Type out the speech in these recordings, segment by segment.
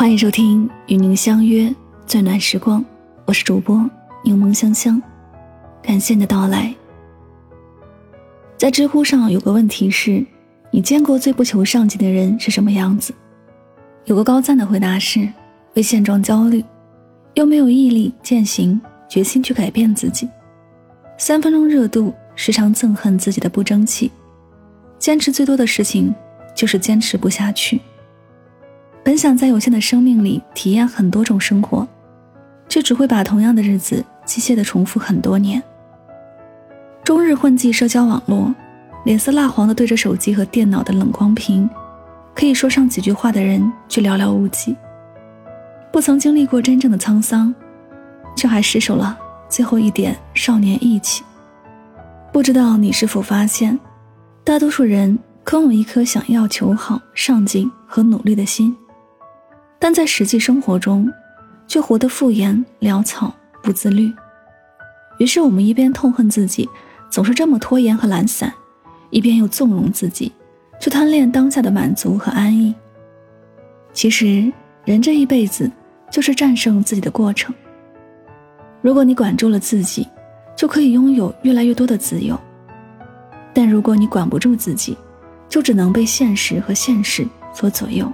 欢迎收听与您相约最暖时光，我是主播柠檬香香，感谢你的到来。在知乎上有个问题是，你见过最不求上进的人是什么样子？有个高赞的回答是，为现状焦虑，又没有毅力践行决心去改变自己，3分钟热度，时常憎恨自己的不争气，坚持最多的事情就是坚持不下去。本想在有限的生命里体验很多种生活，却只会把同样的日子机械地重复很多年。终日混迹社交网络，脸色蜡黄地对着手机和电脑的冷光屏，可以说上几句话的人却寥寥无几。不曾经历过真正的沧桑，却还失守了最后一点少年义气。不知道你是否发现，大多数人空有一颗想要求好、上进和努力的心，但在实际生活中却活得敷衍潦草不自律。于是我们一边痛恨自己总是这么拖延和懒散，一边又纵容自己去贪恋当下的满足和安逸。其实人这一辈子就是战胜自己的过程。如果你管住了自己，就可以拥有越来越多的自由，但如果你管不住自己，就只能被现实和现实所左右。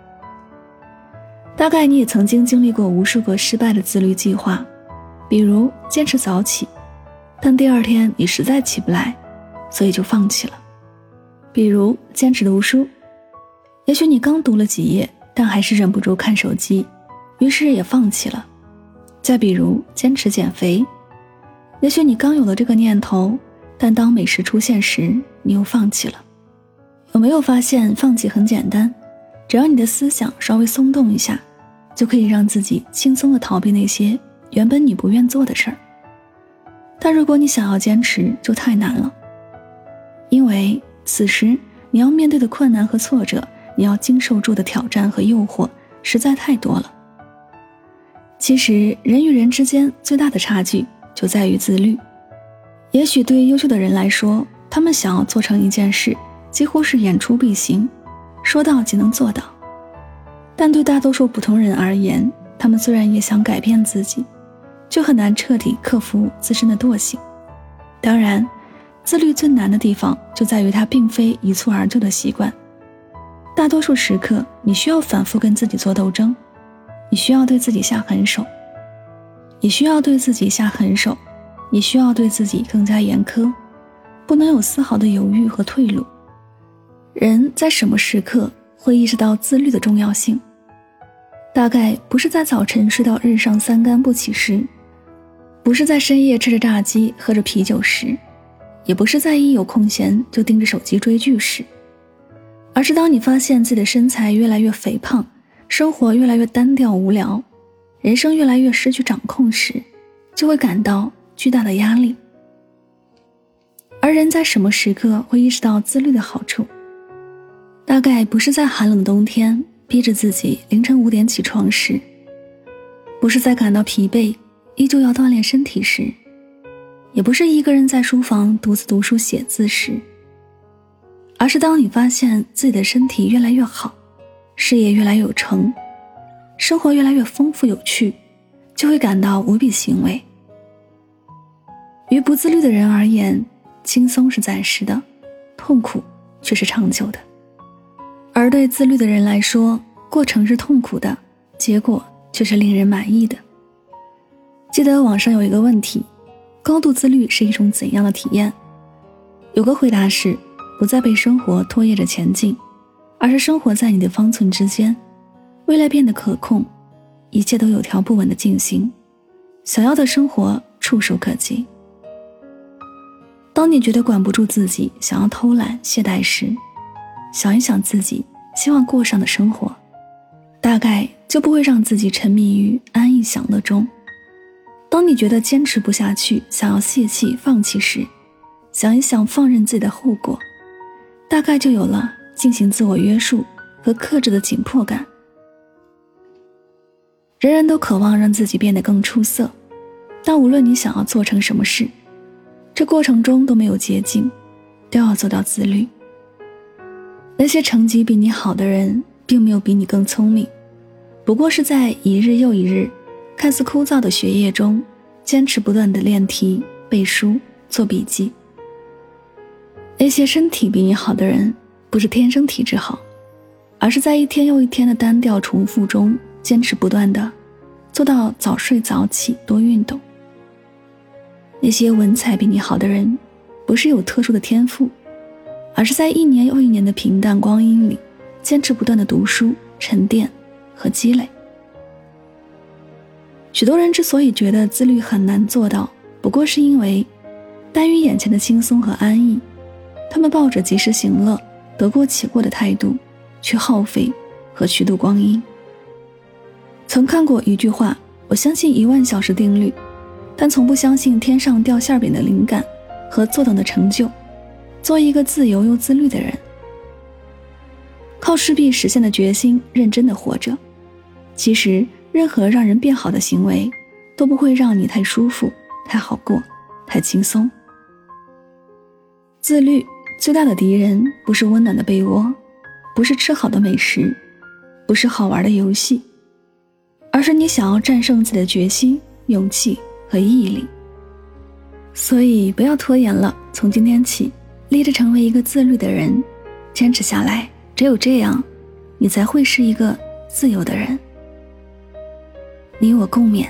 大概你也曾经经历过无数个失败的自律计划，比如坚持早起，但第二天你实在起不来，所以就放弃了。比如坚持读书，也许你刚读了几页，但还是忍不住看手机，于是也放弃了。再比如坚持减肥，也许你刚有了这个念头，但当美食出现时，你又放弃了。有没有发现放弃很简单，只要你的思想稍微松动一下，就可以让自己轻松地逃避那些原本你不愿做的事儿。但如果你想要坚持，就太难了，因为此时你要面对的困难和挫折，你要经受住的挑战和诱惑实在太多了。其实人与人之间最大的差距就在于自律。也许对于优秀的人来说，他们想要做成一件事几乎是言出必行，说到即能做到。但对大多数普通人而言，他们虽然也想改变自己，却很难彻底克服自身的惰性。当然，自律最难的地方就在于它并非一蹴而就的习惯。大多数时刻，你需要反复跟自己做斗争，你需要对自己下狠手，也需要对自己下狠手，也需要对自己更加严苛，不能有丝毫的犹豫和退路。人在什么时刻会意识到自律的重要性？大概不是在早晨睡到日上三竿不起时，不是在深夜吃着炸鸡喝着啤酒时，也不是在一有空闲就盯着手机追剧时，而是当你发现自己的身材越来越肥胖，生活越来越单调无聊，人生越来越失去掌控时，就会感到巨大的压力。而人在什么时刻会意识到自律的好处？大概不是在寒冷的冬天逼着自己凌晨5点起床时，不是在感到疲惫依旧要锻炼身体时，也不是一个人在书房独自读书写字时，而是当你发现自己的身体越来越好，事业越来越有成，生活越来越丰富有趣，就会感到无比欣慰。于不自律的人而言，轻松是暂时的，痛苦却是长久的。而对自律的人来说，过程是痛苦的，结果却是令人满意的。记得网上有一个问题，高度自律是一种怎样的体验？有个回答是，不再被生活拖曳着前进，而是生活在你的方寸之间，未来变得可控，一切都有条不紊地进行，想要的生活触手可及。当你觉得管不住自己，想要偷懒懈怠时，想一想自己希望过上的生活，大概就不会让自己沉迷于安逸享乐中。当你觉得坚持不下去，想要泄气放弃时，想一想放任自己的后果，大概就有了进行自我约束和克制的紧迫感。人人都渴望让自己变得更出色，但无论你想要做成什么事，这过程中都没有捷径，都要做到自律。那些成绩比你好的人并没有比你更聪明， 不过是在一日又一日看似枯燥的学业中，坚持不断地练题、背书、做笔记。那些身体比你好的人，不是天生体质好，而是在一天又一天的单调重复中，坚持不断地做到早睡早起、多运动。那些文采比你好的人，不是有特殊的天赋，而是在一年又一年的平淡光阴里，坚持不断的读书、沉淀和积累。许多人之所以觉得自律很难做到，不过是因为耽于眼前的轻松和安逸，他们抱着及时行乐、得过且过的态度去耗费和虚度光阴。曾看过一句话，我相信10000小时定律，但从不相信天上掉馅饼的灵感和坐等的成就。做一个自由又自律的人，靠势必实现的决心认真的活着。其实任何让人变好的行为都不会让你太舒服、太好过、太轻松。自律最大的敌人不是温暖的被窝，不是吃好的美食，不是好玩的游戏，而是你想要战胜自己的决心、勇气和毅力。所以不要拖延了，从今天起立志成为一个自律的人，坚持下来，只有这样，你才会是一个自由的人。你我共勉。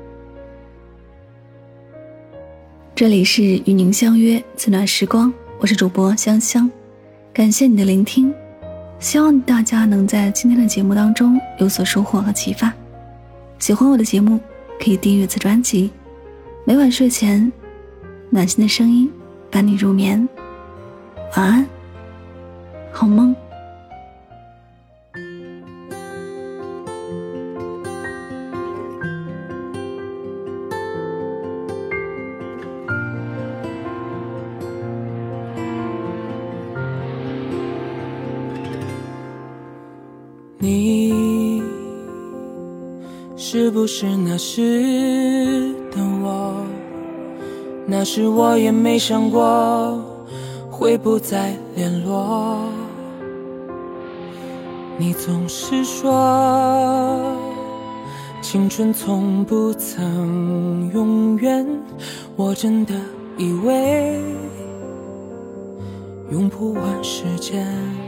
这里是与您相约自暖时光，我是主播香香，感谢你的聆听，希望大家能在今天的节目当中有所收获和启发。喜欢我的节目，可以订阅此专辑，每晚睡前暖心的声音伴你入眠。晚安，好梦。 你是不是那时的我？那时我也没想过会不再联络。你总是说青春从不曾永远，我真的以为用不完时间。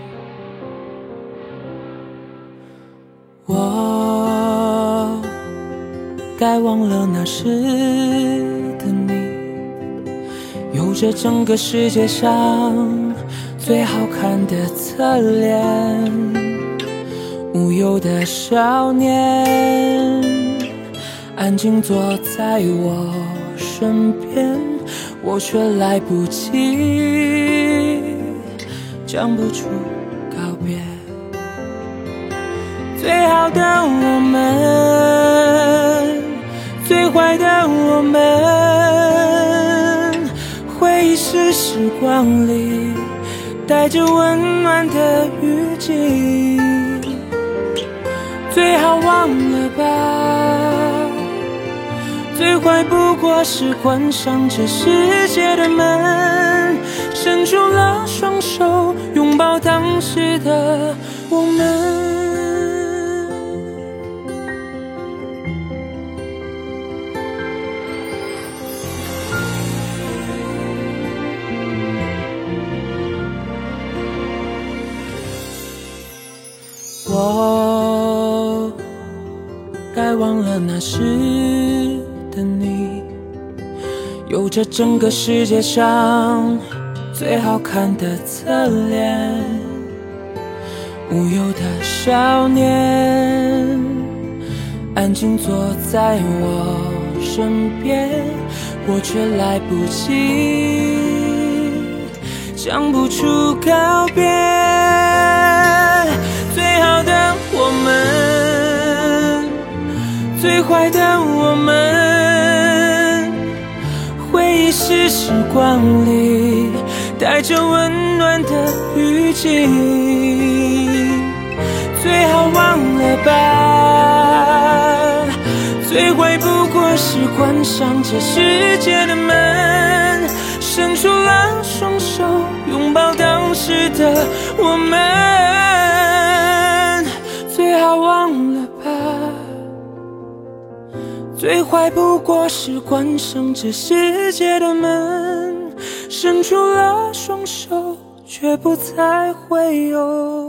我该忘了那时的你，有着整个世界上最好看的侧脸，无忧的少年，安静坐在我身边，我却来不及讲不出告别。最好的我们，最坏的我们，回忆是时光里带着温暖的雨季。最好忘了吧，最坏不过是关上这世界的门，伸出了双手拥抱当时的我们。我该忘了那时的你，有着整个世界上最好看的侧脸，无忧的少年，安静坐在我身边，我却来不及讲不出告别。最好的我们，最坏的我们，回忆是时光里带着温暖的雨季。最好忘了吧，最坏不过是关上这世界的门，伸出了双手拥抱当时的我们。最好忘了吧， 最坏不过是关上这世界的门，伸出了双手，却不再会有